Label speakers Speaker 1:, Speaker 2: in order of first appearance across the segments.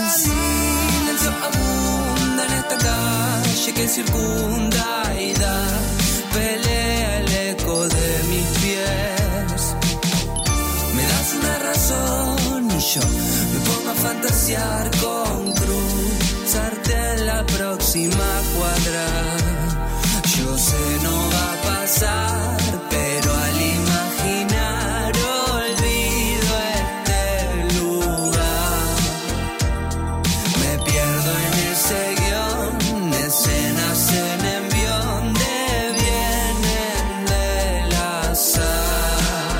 Speaker 1: silencio abunda en esta calle que circunda y da pelea el eco de mis pies. Me das una razón y yo me pongo a fantasear con cruzarte en la próxima cuadra. Yo sé no va a pasar, pero al imaginar olvido este lugar. Me pierdo en ese guión, escenas en envión de vienen del azar.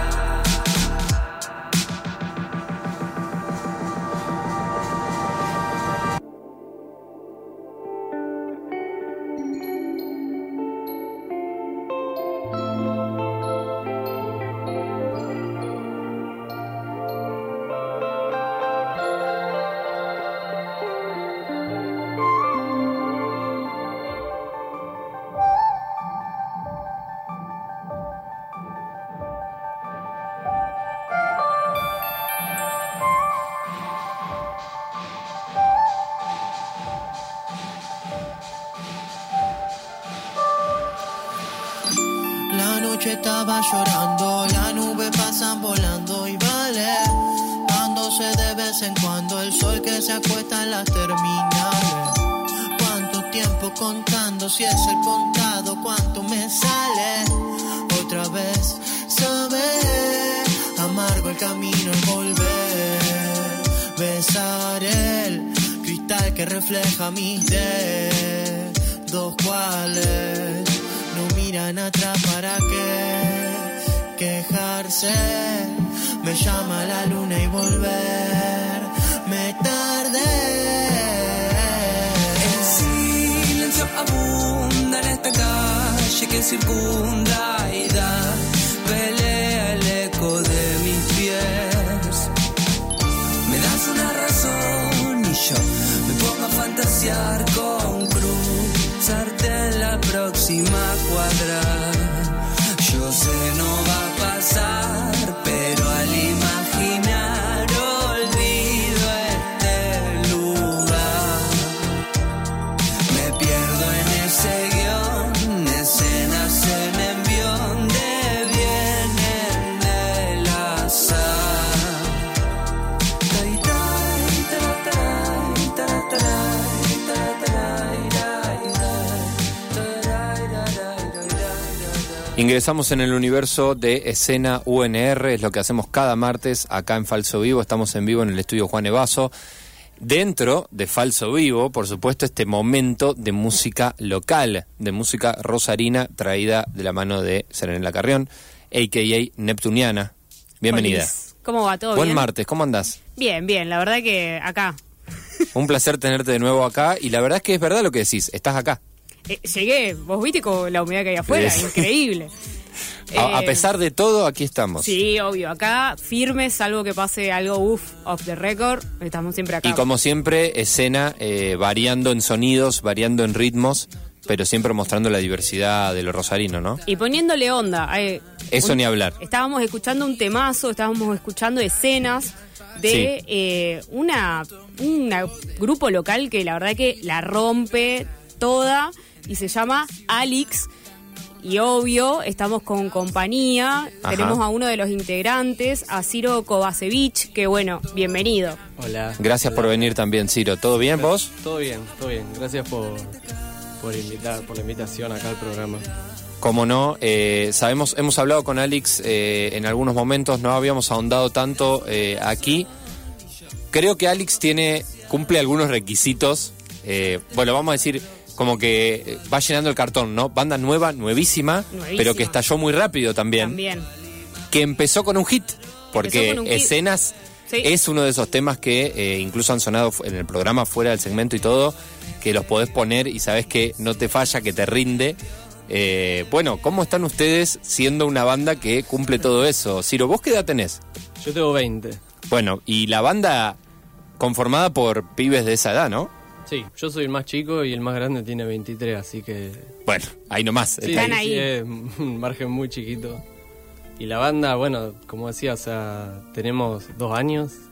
Speaker 2: La noche estaba llorando, las nubes pasan volando y vale, dándose de vez en cuando el sol que se acuesta en las terminales. ¿Cuánto tiempo contando? Si es el contado, ¿cuánto me sale? Otra vez, saber, amargo el camino el volver, besar el cristal que refleja mis dedos, cuales no miran atrás para qué quejarse. Me llama la luna y volver me tardé.
Speaker 1: El silencio abunda en esta calle que circunda y da pelea el eco de mis pies. Me das una razón y yo me pongo a fantasear con cruzarte en la próxima cuadra. Yo sé no va a pasar, pero al imaginar olvido este lugar. Me pierdo en ese guión, escenas en envión de vienen del azar. Tai, tai, taratay, taratay, taratay,
Speaker 3: Ingresamos en el universo de Escena UNR, es lo que hacemos cada martes acá en Falso Vivo. Estamos en vivo en el estudio Juan Evaso. Dentro de Falso Vivo, por supuesto, este momento de música local, de música rosarina, traída de la mano de Serenela Carrión, a.k.a. Neptuniana. Bienvenida.
Speaker 4: Olis. ¿Cómo va? ¿Todo
Speaker 3: Buen
Speaker 4: bien?
Speaker 3: martes, ¿cómo andás?
Speaker 4: Bien, bien, la verdad que acá.
Speaker 3: Un placer tenerte de nuevo acá, y la verdad es que es verdad lo que decís, estás acá.
Speaker 4: Llegué, vos viste con la humedad que hay afuera,
Speaker 3: Sí.
Speaker 4: Increíble.
Speaker 3: A pesar de todo, aquí estamos.
Speaker 4: Sí, obvio, acá firmes, salvo que pase algo off the record, estamos siempre acá.
Speaker 3: Y como siempre, escena variando en sonidos, variando en ritmos, pero siempre mostrando la diversidad de lo rosarino, ¿no?
Speaker 4: Y poniéndole onda.
Speaker 3: Eso ni hablar.
Speaker 4: Estábamos escuchando un temazo, estábamos escuchando escenas de una grupo local que la verdad que la rompe toda y se llama Alix. Y obvio, estamos con compañía.
Speaker 3: Ajá.
Speaker 4: Tenemos a uno de los integrantes, a Ciro Kovacevic, que bueno, bienvenido.
Speaker 5: Hola.
Speaker 3: Gracias por venir también, Ciro. ¿Todo bien, vos?
Speaker 5: Todo bien, todo bien. Gracias por la invitación acá al programa.
Speaker 3: Como no, sabemos, hemos hablado con Alix en algunos momentos, no habíamos ahondado tanto aquí. Creo que Alix cumple algunos requisitos. Bueno, vamos a decir, como que va llenando el cartón, ¿no? Banda nueva, nuevísima, pero que estalló muy rápido también. Que empezó con un hit, porque Escenas es uno de esos temas que incluso han sonado en el programa, fuera del segmento y todo, que los podés poner y sabés que no te falla, que te rinde. Bueno, ¿cómo están ustedes siendo una banda que cumple todo eso? Ciro, ¿vos qué edad tenés?
Speaker 5: Yo tengo 20.
Speaker 3: Bueno, y la banda conformada por pibes de esa edad, ¿no?
Speaker 5: Sí, yo soy el más chico y el más grande tiene 23, así que...
Speaker 3: Bueno, ahí nomás.
Speaker 5: Sí,
Speaker 4: están ahí.
Speaker 5: Sí, es un margen muy chiquito. Y la banda, bueno, como decía, o sea, tenemos 2 años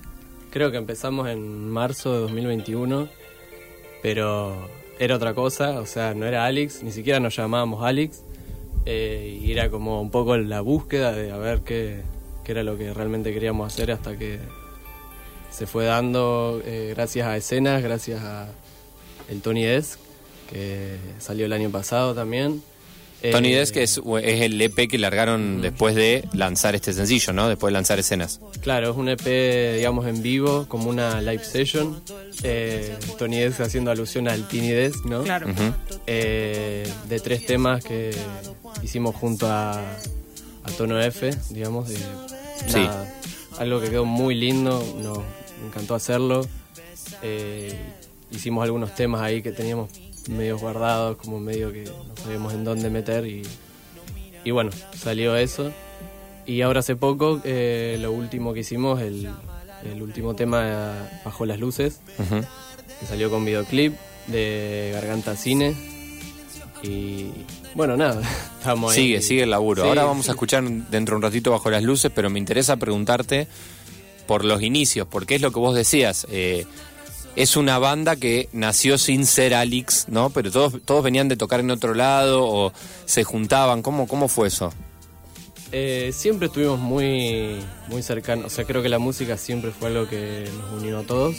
Speaker 5: Creo que empezamos en marzo de 2021, pero era otra cosa, o sea, no era Alex, ni siquiera nos llamábamos Alex, y era como un poco la búsqueda de a ver qué era lo que realmente queríamos hacer, hasta que se fue dando gracias a Escenas, gracias a el Tony Desk, que salió el año pasado también.
Speaker 3: Tony Desk es el EP que largaron después de lanzar este sencillo, ¿no? Después de lanzar Escenas.
Speaker 5: Claro, es un EP, digamos, en vivo, como una live session. Tony Desk haciendo alusión al Tiny Desk, ¿no?
Speaker 4: Claro.
Speaker 5: De 3 temas que hicimos junto a Tono F, digamos.
Speaker 3: Sí.
Speaker 5: Algo que quedó muy lindo, nos encantó hacerlo. Hicimos algunos temas ahí que teníamos medios guardados, como medio que no sabíamos en dónde meter, y bueno, salió eso. Y ahora hace poco, lo último que hicimos, el último tema, Bajo las Luces, que salió con videoclip de Garganta Cine. Y bueno, nada, estamos ahí.
Speaker 3: Sigue el laburo.
Speaker 5: Sí,
Speaker 3: Ahora vamos a escuchar dentro de un ratito Bajo las Luces, pero me interesa preguntarte por los inicios, porque es lo que vos decías. Es una banda que nació sin ser Alex, ¿no? Pero todos venían de tocar en otro lado o se juntaban. ¿Cómo fue eso?
Speaker 5: Siempre estuvimos muy cercanos. O sea, creo que la música siempre fue algo que nos unió a todos.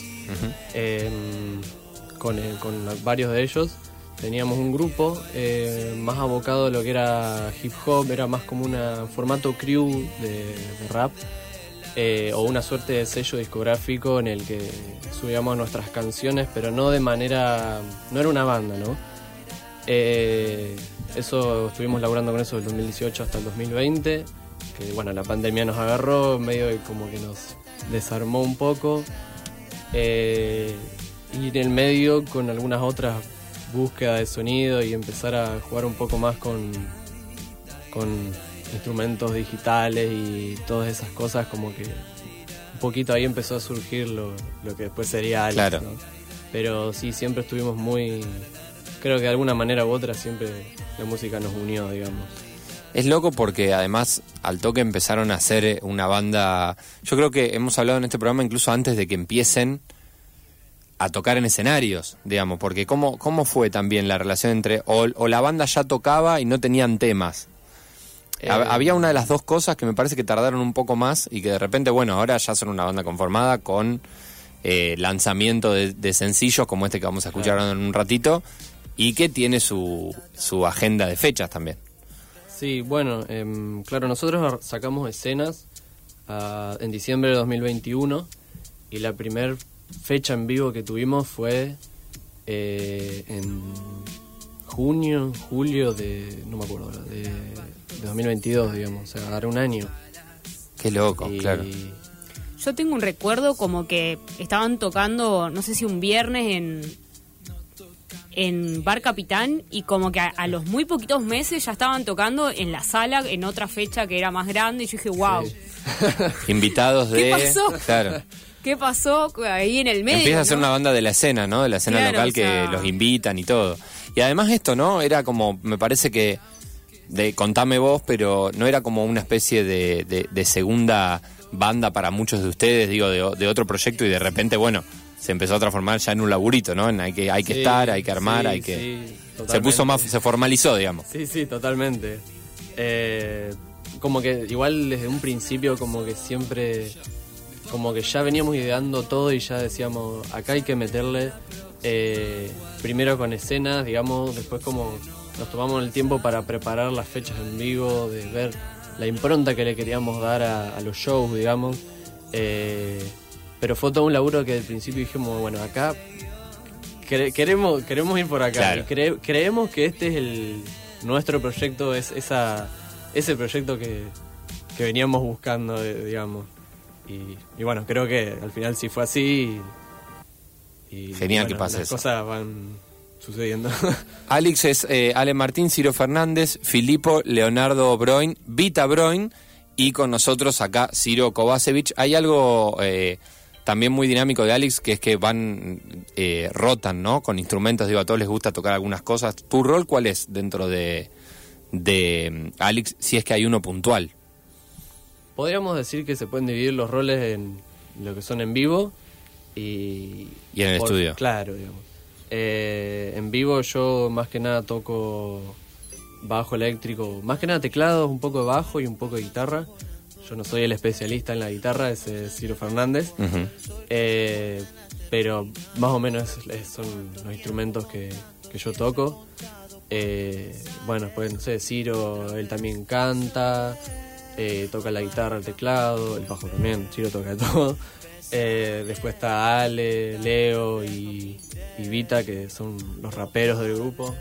Speaker 5: Con varios de ellos teníamos un grupo más abocado a lo que era hip hop. Era más como un formato crew de rap. O una suerte de sello discográfico en el que subíamos nuestras canciones, pero no de manera... no era una banda, ¿no? Eso estuvimos laburando con eso del 2018 hasta el 2020, que bueno, la pandemia nos agarró, medio de como que nos desarmó un poco, y en el medio con algunas otras búsquedas de sonido y empezar a jugar un poco más con instrumentos digitales y todas esas cosas, como que un poquito ahí empezó a surgir lo que después sería Alex,
Speaker 3: claro,
Speaker 5: ¿no? Pero sí, siempre estuvimos creo que de alguna manera u otra siempre la música nos unió, digamos.
Speaker 3: Es loco porque además al toque empezaron a hacer una banda. Yo creo que hemos hablado en este programa incluso antes de que empiecen a tocar en escenarios, digamos, porque cómo fue también la relación entre o la banda ya tocaba y no tenían temas. Había una de las dos cosas que me parece que tardaron un poco más y que de repente, bueno, ahora ya son una banda conformada con lanzamiento de sencillos como este que vamos a escuchar en un ratito y que tiene su agenda de fechas también.
Speaker 5: Sí, bueno, claro, nosotros sacamos Escenas en diciembre de 2021 y la primer fecha en vivo que tuvimos fue en julio de, no me acuerdo ahora, de 2022, digamos, o sea, hará un año.
Speaker 3: Qué loco, claro.
Speaker 4: Yo tengo un recuerdo como que estaban tocando, no sé si un viernes en Bar Capitán, y como que a los muy poquitos meses ya estaban tocando en la sala en otra fecha que era más grande, y yo dije, wow.
Speaker 5: Sí.
Speaker 3: Invitados de...
Speaker 4: ¿Qué pasó?
Speaker 3: Claro.
Speaker 4: ¿Qué pasó ahí en el medio?
Speaker 3: Empieza a ser
Speaker 4: ¿no?
Speaker 3: una banda de la escena, ¿no? De la escena
Speaker 4: Claro,
Speaker 3: local,
Speaker 4: o sea...
Speaker 3: que los invitan y todo. Y además esto, ¿no? Era como, me parece que, contame vos, pero no era como una especie de segunda banda para muchos de ustedes, digo, de otro proyecto, y de repente, bueno, se empezó a transformar ya en un laburito, ¿no? Hay que
Speaker 5: Sí,
Speaker 3: estar, hay que armar,
Speaker 5: sí,
Speaker 3: hay que...
Speaker 5: sí,
Speaker 3: se puso más, se formalizó, digamos.
Speaker 5: Sí, totalmente. Como que igual desde un principio como que siempre, como que ya veníamos ideando todo y ya decíamos, acá hay que meterle, primero con escenas, digamos, después como nos tomamos el tiempo para preparar las fechas en vivo, de ver la impronta que le queríamos dar a los shows, digamos. Pero fue todo un laburo que al principio dijimos, bueno, acá queremos ir por acá.
Speaker 3: Claro.
Speaker 5: Y creemos que este es nuestro proyecto, es ese proyecto que veníamos buscando, digamos. Y bueno, creo que al final sí fue así. Y
Speaker 3: genial,
Speaker 5: bueno,
Speaker 3: que pase
Speaker 5: las
Speaker 3: eso.
Speaker 5: cosas van sucediendo.
Speaker 3: Alex es Ale Martín, Ciro Fernández, Filippo, Leonardo Broin, Vita Broin, y con nosotros acá Ciro Kovacevic. Hay algo también muy dinámico de Alex, que es que rotan, ¿no? Con instrumentos, digo, a todos les gusta tocar algunas cosas. ¿Tu rol cuál es dentro de Alex, si es que hay uno puntual?
Speaker 5: Podríamos decir que se pueden dividir los roles en lo que son en vivo Y
Speaker 3: en el estudio.
Speaker 5: Claro, digamos. En vivo yo más que nada toco bajo eléctrico, más que nada teclados, un poco de bajo y un poco de guitarra. Yo no soy el especialista en la guitarra, es Ciro Fernández.
Speaker 3: Uh-huh.
Speaker 5: Pero más o menos son los instrumentos que yo toco. Bueno, pues no sé, Ciro, él también canta, toca la guitarra, el teclado, el bajo también, Ciro toca todo. Después está Ale, Leo y Vita, que son los raperos del grupo.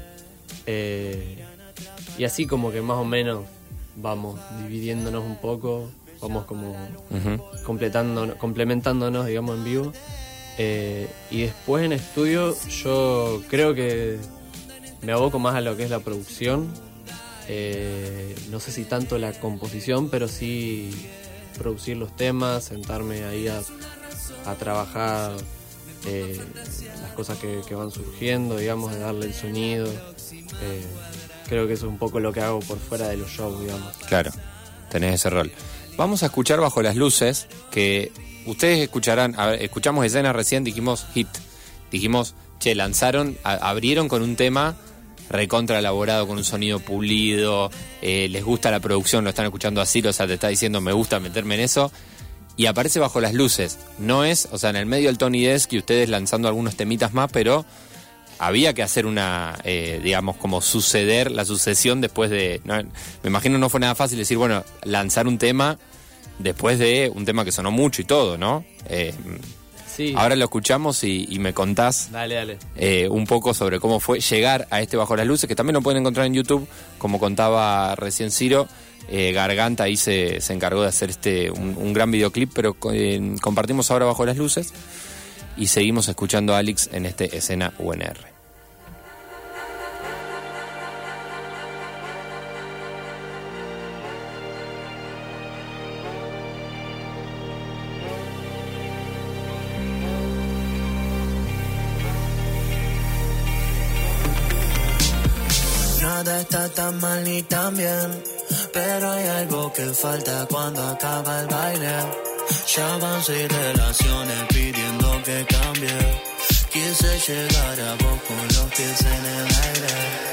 Speaker 5: Y así como que más o menos vamos dividiéndonos un poco, vamos como complementándonos, digamos, en vivo. Y después en estudio yo creo que me aboco más a lo que es la producción. No sé si tanto la composición, pero sí producir los temas, sentarme ahí a trabajar las cosas que van surgiendo, digamos, de darle el sonido. Creo que eso es un poco lo que hago por fuera de los shows, digamos.
Speaker 3: Claro, tenés ese rol. Vamos a escuchar Bajo las Luces, que ustedes escucharán, escuchamos escenas recién, dijimos hit, dijimos, che, lanzaron, abrieron con un tema recontra elaborado, con un sonido pulido, les gusta la producción, lo están escuchando así, o sea, te está diciendo me gusta meterme en eso, y aparece Bajo las Luces. No es, o sea, en el medio del Tony Desk y ustedes lanzando algunos temitas más, pero había que hacer una, digamos, como suceder la sucesión después de, no, me imagino no fue nada fácil decir, bueno, lanzar un tema después de un tema que sonó mucho y todo, ¿no?
Speaker 5: Sí.
Speaker 3: Ahora lo escuchamos y me contás
Speaker 5: Dale.
Speaker 3: Un poco sobre cómo fue llegar a este Bajo las Luces, que también lo pueden encontrar en YouTube, como contaba recién Ciro. Garganta ahí se encargó de hacer un gran videoclip, pero compartimos ahora Bajo las Luces y seguimos escuchando a Alix en Escena UNR.
Speaker 2: Nada está tan mal ni tan bien, pero hay algo que falta cuando acaba el baile. Ya van 6 relaciones pidiendo que cambie. Quise llegar a vos con los pies en el aire.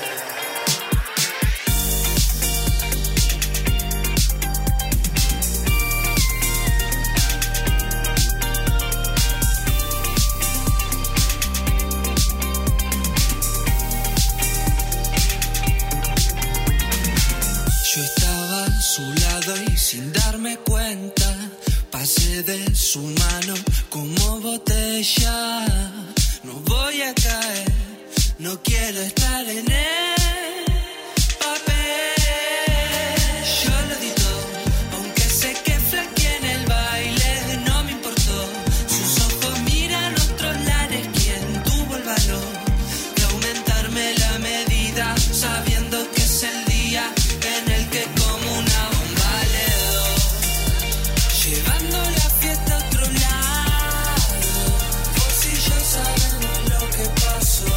Speaker 1: Yo estaba a su lado y sin darme cuenta pasé de su mano como botella. No voy a caer, no quiero estar en el papel. Yo lo di todo, aunque sé que flaqueé en el baile, no me importó. Sus ojos miran otros lares, quien tuvo el valor de aumentarme la medida, sabiendo que es el día en el que como una bomba le doy, llevando la fiesta a otro lado. Vos y yo sabemos lo que pasó.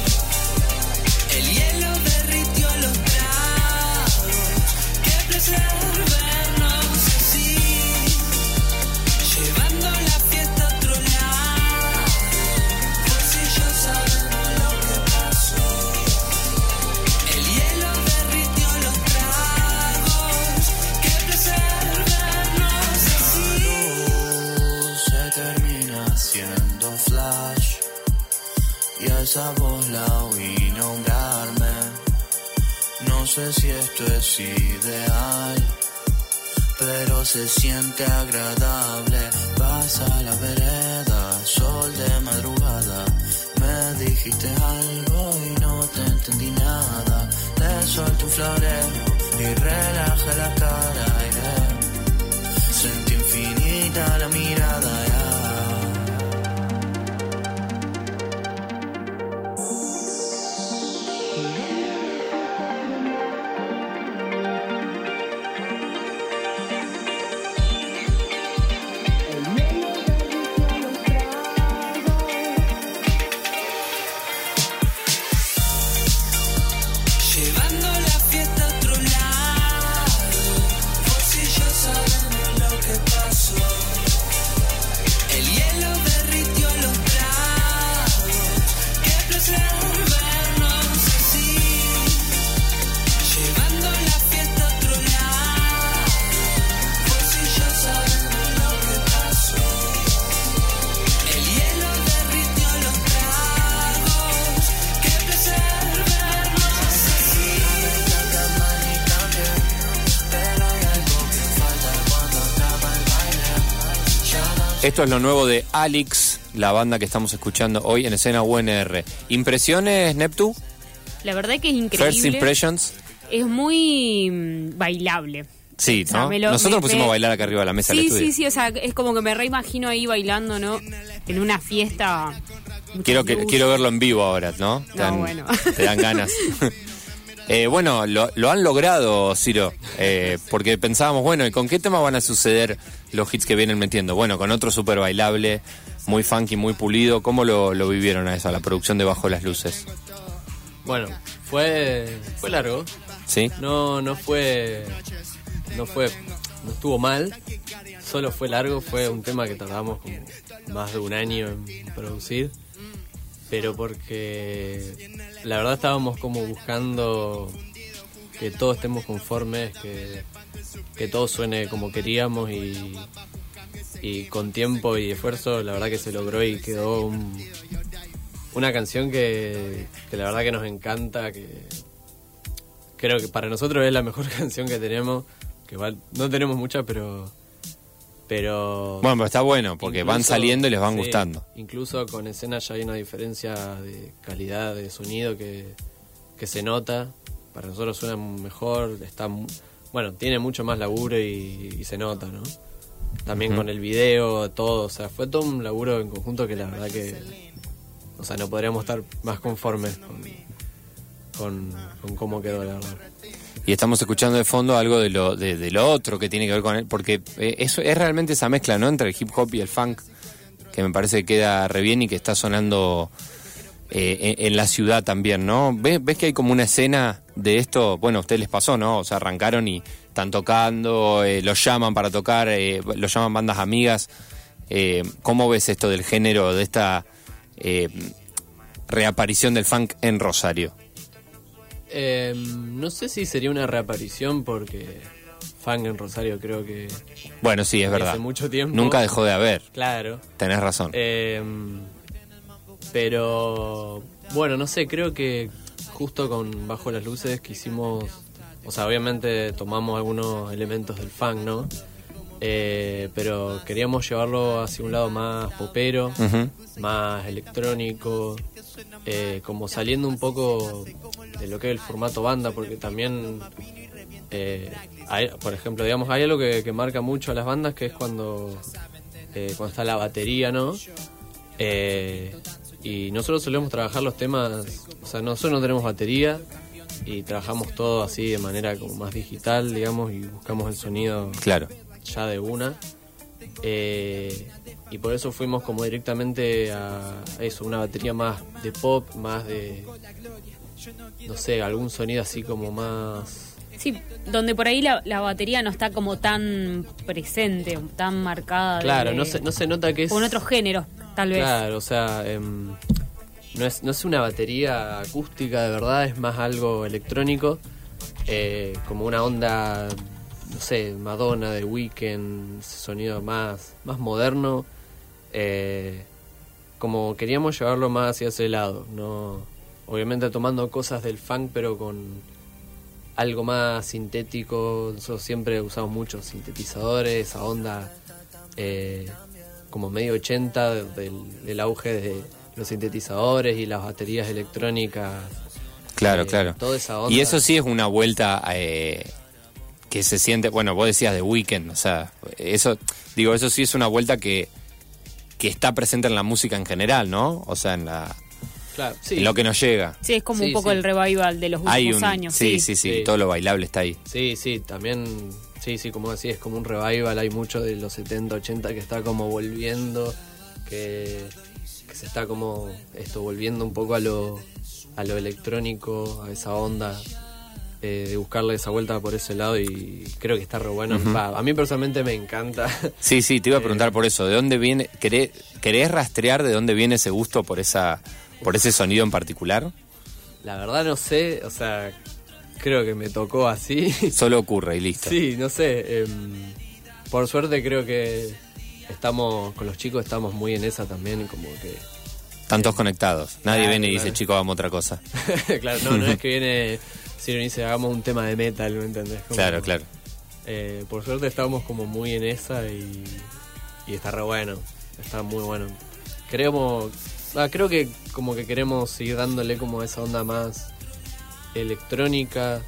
Speaker 1: El hielo derritió los tragos que placer vernos así, llevando la fiesta a otro lado. Vos y yo sabemos lo que pasó. El hielo derritió los tragos, qué placer vernos así.
Speaker 2: Luz se termina siendo flash y a esa voz la oí nombrarme. No sé si esto es ideal, pero se siente agradable. Vas a la vereda, sol de madrugada. Me dijiste algo y no te entendí nada. Le solté un florero y relajé la cara. Sentí infinita la mirada.
Speaker 1: Llevando la fiesta a otro lado.
Speaker 3: Esto es lo nuevo de Alix, la banda que estamos escuchando hoy en escena UNR. ¿Impresiones, Neptu?
Speaker 4: La verdad que es increíble.
Speaker 3: First impressions.
Speaker 4: Es muy bailable.
Speaker 3: Sí,
Speaker 4: O sea,
Speaker 3: ¿no?
Speaker 4: me lo-
Speaker 3: Nosotros
Speaker 4: me-
Speaker 3: nos pusimos
Speaker 4: me-
Speaker 3: a bailar acá arriba de la mesa del
Speaker 4: Sí,
Speaker 3: estudio.
Speaker 4: sí, sí, o sea, es como que me reimagino ahí bailando, ¿no? En una fiesta. muchas luces.
Speaker 3: Quiero verlo en vivo ahora, ¿no?
Speaker 4: Bueno.
Speaker 3: Te dan ganas. Bueno, lo han logrado, Ciro, porque pensábamos, bueno, ¿y con qué tema van a suceder los hits que vienen metiendo? Bueno, con otro súper bailable, muy funky, muy pulido. ¿Cómo lo vivieron a eso, a la producción de Bajo las Luces?
Speaker 5: Bueno, fue largo.
Speaker 3: ¿Sí?
Speaker 5: No estuvo mal. Solo fue largo. Fue un tema que tardamos como más de un año en producir. Pero porque la verdad estábamos como buscando que todos estemos conformes, que todo suene como queríamos y con tiempo y esfuerzo la verdad que se logró y quedó una canción que la verdad que nos encanta, que creo que para nosotros es la mejor canción que tenemos, que igual no tenemos muchas, pero
Speaker 3: Bueno, pero está bueno, porque van saliendo y les van
Speaker 5: sí,
Speaker 3: gustando.
Speaker 5: Incluso con escena ya hay una diferencia de calidad de sonido que se nota. Para nosotros suena mejor, bueno, tiene mucho más laburo y se nota, ¿no? También con el video, todo, o sea, fue todo un laburo en conjunto que la verdad que, o sea, no podríamos estar más conformes con cómo quedó, la verdad.
Speaker 3: Y estamos escuchando de fondo algo de lo otro que tiene que ver con él, porque eso es realmente esa mezcla, ¿no? Entre el hip hop y el funk, que me parece que queda re bien y que está sonando en la ciudad también, ¿no? ¿Ves que hay como una escena de esto? Bueno, a ustedes les pasó, ¿no? O sea, arrancaron y están tocando, los llaman para tocar, los llaman bandas amigas. ¿Cómo ves esto del género, de esta reaparición del funk en Rosario?
Speaker 5: No sé si sería una reaparición porque funk en Rosario creo que
Speaker 3: Bueno, sí, es verdad.
Speaker 5: hace mucho tiempo.
Speaker 3: Nunca dejó de haber.
Speaker 5: Claro.
Speaker 3: Tenés razón.
Speaker 5: Pero bueno, no sé, creo que justo con Bajo las Luces quisimos, o sea, obviamente tomamos algunos elementos del funk, ¿no? Pero queríamos llevarlo hacia un lado más popero, más electrónico, como saliendo un poco de lo que es el formato banda, porque también, por ejemplo, digamos, hay algo que marca mucho a las bandas, que es cuando está la batería, ¿no? Y nosotros solemos trabajar los temas, o sea, nosotros no tenemos batería y trabajamos todo así de manera como más digital, digamos, y buscamos el sonido
Speaker 3: Claro.
Speaker 5: ya de una. Y por eso fuimos como directamente a eso, una batería más de pop, más de, no sé, algún sonido así como más...
Speaker 4: Sí, donde por ahí la batería no está como tan presente, tan marcada.
Speaker 5: Claro, no se nota que es...
Speaker 4: Con otros géneros, tal vez.
Speaker 5: Claro, o sea, no es una batería acústica de verdad, es más algo electrónico, como una onda, no sé, Madonna, de Weeknd, sonido más moderno, como queríamos llevarlo más hacia ese lado, no, obviamente tomando cosas del funk pero con algo más sintético. Nosotros siempre usamos muchos sintetizadores, esa onda como medio 80 del auge de los sintetizadores y las baterías electrónicas.
Speaker 3: Claro, claro.
Speaker 5: Toda esa onda.
Speaker 3: Y eso sí es una vuelta que se siente, bueno, vos decías de Weeknd, o sea, eso sí es una vuelta que está presente en la música en general, ¿no? O sea,
Speaker 5: Claro, sí.
Speaker 3: en lo que nos llega.
Speaker 4: Sí, es como
Speaker 5: Sí,
Speaker 4: un poco
Speaker 5: sí.
Speaker 4: el revival de los últimos años.
Speaker 3: Sí, todo lo bailable está ahí.
Speaker 5: Sí, también, sí, como decía, es como un revival, hay mucho de los 70, 80 que está como volviendo, que se está como volviendo un poco a lo electrónico, a esa onda, de buscarle esa vuelta por ese lado, y creo que está re bueno. A mí personalmente me encanta.
Speaker 3: Sí, te iba a preguntar por eso, ¿de dónde viene? ¿Querés rastrear de dónde viene ese gusto por ese sonido en particular?
Speaker 5: La verdad no sé, o sea, creo que me tocó así.
Speaker 3: Solo ocurre y listo.
Speaker 5: Sí, no sé. Por suerte creo que con los chicos estamos muy en esa también, y como que...
Speaker 3: Están todos conectados. Nadie
Speaker 5: Claro,
Speaker 3: viene y dice,
Speaker 5: claro.
Speaker 3: chico, hagamos otra cosa.
Speaker 5: Claro, no es que viene Ciro y dice, hagamos un tema de metal, ¿me entendés? Como,
Speaker 3: Claro.
Speaker 5: por suerte estamos como muy en esa y está re bueno. está muy bueno. Creo que como que queremos seguir dándole como esa onda más electrónica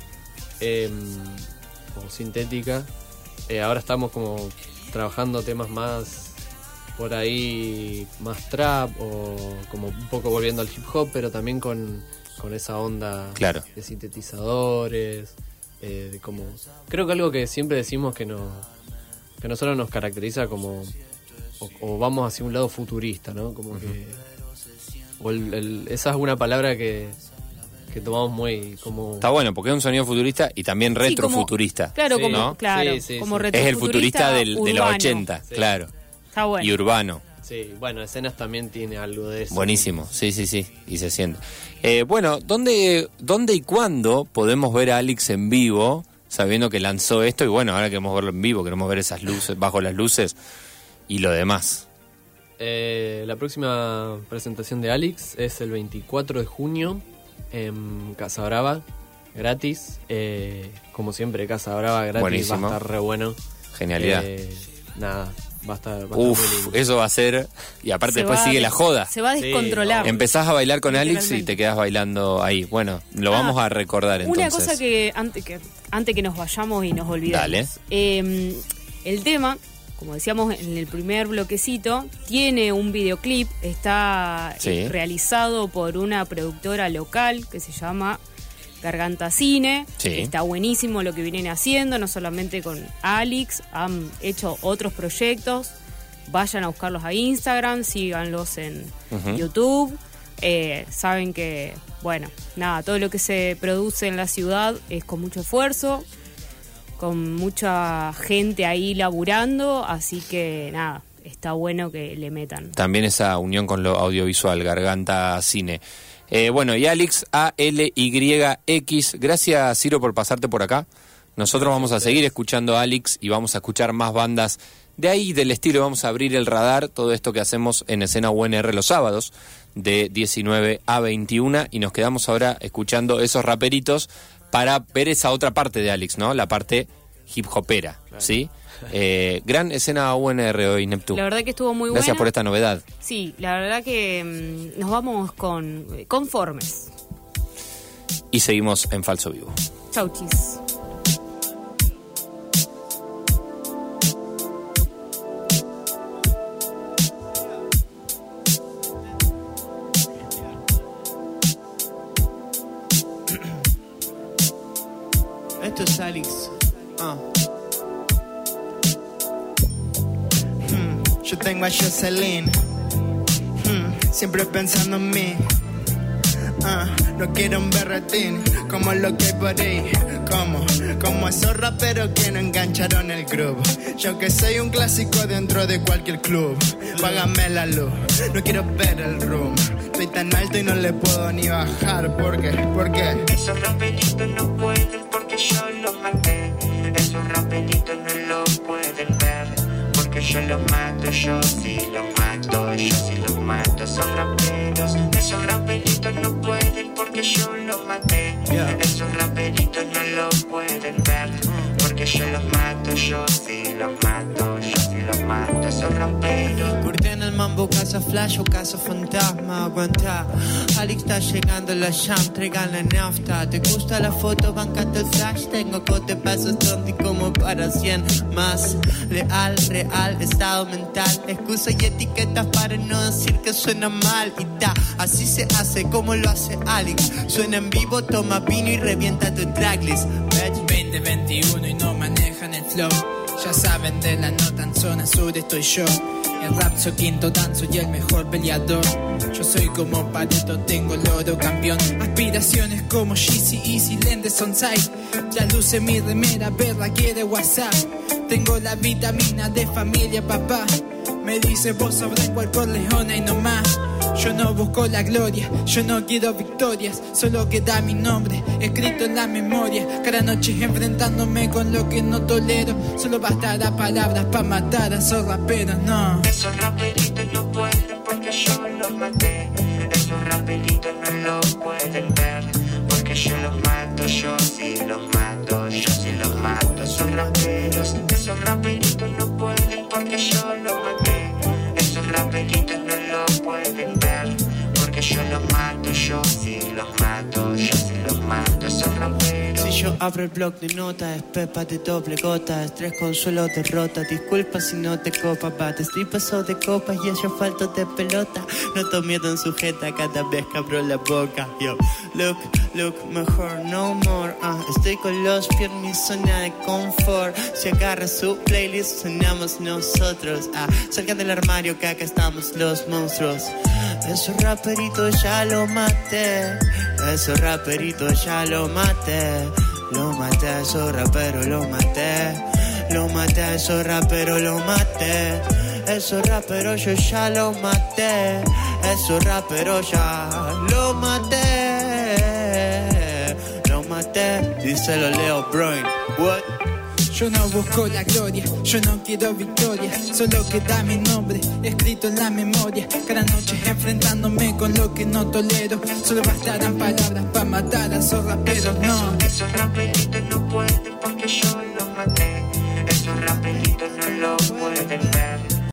Speaker 5: o sintética. Ahora estamos como trabajando temas más por ahí, más trap o como un poco volviendo al hip hop, pero también con esa onda
Speaker 3: Claro.
Speaker 5: de sintetizadores, de como... Creo que algo que siempre decimos que nosotros nos caracteriza como... O vamos hacia un lado futurista, ¿no? Como que... esa es una palabra que tomamos muy como...
Speaker 3: Está bueno, porque es un sonido futurista y también
Speaker 4: Sí, como-
Speaker 3: retrofuturista.
Speaker 4: Claro,
Speaker 5: Sí,
Speaker 4: como,
Speaker 3: ¿no?
Speaker 4: claro,
Speaker 5: Sí, sí,
Speaker 4: como
Speaker 5: sí.
Speaker 3: Es el futurista de los
Speaker 4: urbano.
Speaker 3: 80,
Speaker 5: Sí.
Speaker 3: claro.
Speaker 4: Está bueno.
Speaker 3: Y urbano.
Speaker 5: Sí, bueno, Escenas también tiene algo de eso.
Speaker 3: Buenísimo, sí, y se siente. Bueno, ¿dónde y cuándo podemos ver a Alex en vivo, sabiendo que lanzó esto? Y bueno, ahora queremos verlo en vivo, queremos ver esas luces, bajo las luces y lo demás.
Speaker 5: La próxima presentación de Alex es el 24 de junio en Casa Brava, gratis. Como siempre, Casa Brava gratis.
Speaker 3: Buenísimo.
Speaker 5: Va a estar re bueno.
Speaker 3: Genialidad.
Speaker 5: Nada, va a estar muy
Speaker 3: Uf,
Speaker 5: lindo.
Speaker 3: eso va a ser... Y aparte
Speaker 4: Se
Speaker 3: después
Speaker 4: va
Speaker 3: sigue
Speaker 4: a
Speaker 3: la joda.
Speaker 4: Se va a
Speaker 5: Sí,
Speaker 4: descontrolar.
Speaker 5: no.
Speaker 3: Empezás a bailar con Alex y
Speaker 4: Literalmente.
Speaker 3: te quedas bailando ahí. Bueno, lo vamos a recordar entonces.
Speaker 4: Una cosa que antes que nos vayamos y nos olvidemos.
Speaker 3: Dale.
Speaker 4: El tema, como decíamos en el primer bloquecito, tiene un videoclip, está
Speaker 3: Sí.
Speaker 4: realizado por una productora local que se llama Garganta Cine.
Speaker 3: Sí.
Speaker 4: Está buenísimo lo que vienen haciendo, no solamente con Alex, han hecho otros proyectos. Vayan a buscarlos a Instagram, síganlos en YouTube. Saben que, bueno, nada, todo lo que se produce en la ciudad es con mucho esfuerzo, con mucha gente ahí laburando, así que nada, está bueno que le metan.
Speaker 3: También esa unión con lo audiovisual, Garganta Cine. Bueno, y Alex, ALYX. Gracias, Ciro, por pasarte por acá. Nosotros vamos a seguir escuchando a Alex y vamos a escuchar más bandas de ahí, del estilo. Vamos a abrir el radar, todo esto que hacemos en Escena UNR los sábados, de 19 a 21. Y nos quedamos ahora escuchando esos raperitos para ver esa otra parte de Alex, ¿no? La parte hip hopera, ¿sí? Gran Escena UNR hoy, Neptu.
Speaker 4: La verdad que estuvo muy
Speaker 3: Gracias
Speaker 4: buena.
Speaker 3: por esta novedad.
Speaker 4: Sí, la verdad que nos vamos conformes.
Speaker 3: Y seguimos en Falso Vivo.
Speaker 4: Chau, chis.
Speaker 2: Esto es Alex.
Speaker 6: Yo tengo a Jocelyn, siempre pensando en mí. No quiero un berretín como lo que hay por ahí. Como esos raperos que no engancharon el groove. Yo que soy un clásico dentro de cualquier club. Págame la luz, no quiero ver el room. Estoy tan alto y no le puedo ni bajar. ¿Por qué?
Speaker 7: Esos raperitos no pueden porque yo los maté. Esos raperitos no lo pueden ver porque yo los mato, yo sí los mato, yo sí los mato. Esos raperitos no pueden porque yo los maté. Esos raperitos no lo pueden ver porque yo los mato, yo sí los mato, yo sí los mato. Esos raperos.
Speaker 2: Curte en el mambo, casa flash o casa fantasma, aguanta. Alex está llegando la jam, traigan la nafta. ¿Te gusta la foto? Bancate el flash. Tengo cote, pasos tonti como para 100 más. Real, estado mental. Excusa y etiquetas para no decir que suena mal. Y ta, así se hace como lo hace Alex. Suena en vivo, toma vino y revienta tu tracklist.
Speaker 8: 2021 y no manejan el flow. Ya saben de la nota en zona sur estoy yo. El rap soy quinto danzo y el mejor peleador. Yo soy como Pareto, tengo el oro campeón. Aspiraciones como Yeezy, Easy, Lendes on site. Ya luce mi remera, verla quiere WhatsApp. Tengo la vitamina de familia, papá. Me dice vos sabrás cuál por Leona y no más. Yo no busco la gloria, yo no quiero victorias. Solo queda mi nombre escrito en la memoria. Cada noche enfrentándome con lo que no tolero. Solo bastará palabras para matar a esos raperos, no.
Speaker 7: Esos raperitos no pueden porque yo los maté. Esos raperitos no lo pueden ver porque yo los mato, yo sí los mato, yo sí los mato. Esos raperitos no pueden porque yo los maté. Esos raperitos yo los mato, yo sí los mato, yo sí los mato, esos raperos.
Speaker 2: Si yo abro el blog de notas, es pepa de doble gota, estrés, consuelo, derrota, disculpa si no te copas, bate, estoy paso de copas y yo falto de pelota, noto miedo en sujeta cada vez que abro la boca, yo, look, mejor, no more, estoy con los pies en mi zona de confort, si agarra su playlist sonamos nosotros, salgan del armario que acá estamos los monstruos, esos raperitos ya lo maté, esos raperitos ya lo maté, a esos raperos lo maté, a esos raperos lo maté, esos raperos yo ya lo maté, esos raperos ya lo maté, díselo Leo Brown, what?
Speaker 8: Yo no busco la gloria, yo no quiero victoria, solo queda mi nombre escrito en la memoria. Cada noche enfrentándome con lo que no tolero, solo bastarán palabras para matar a esos raperos, no.
Speaker 7: Esos raperitos no pueden porque yo los maté, esos raperitos no lo pueden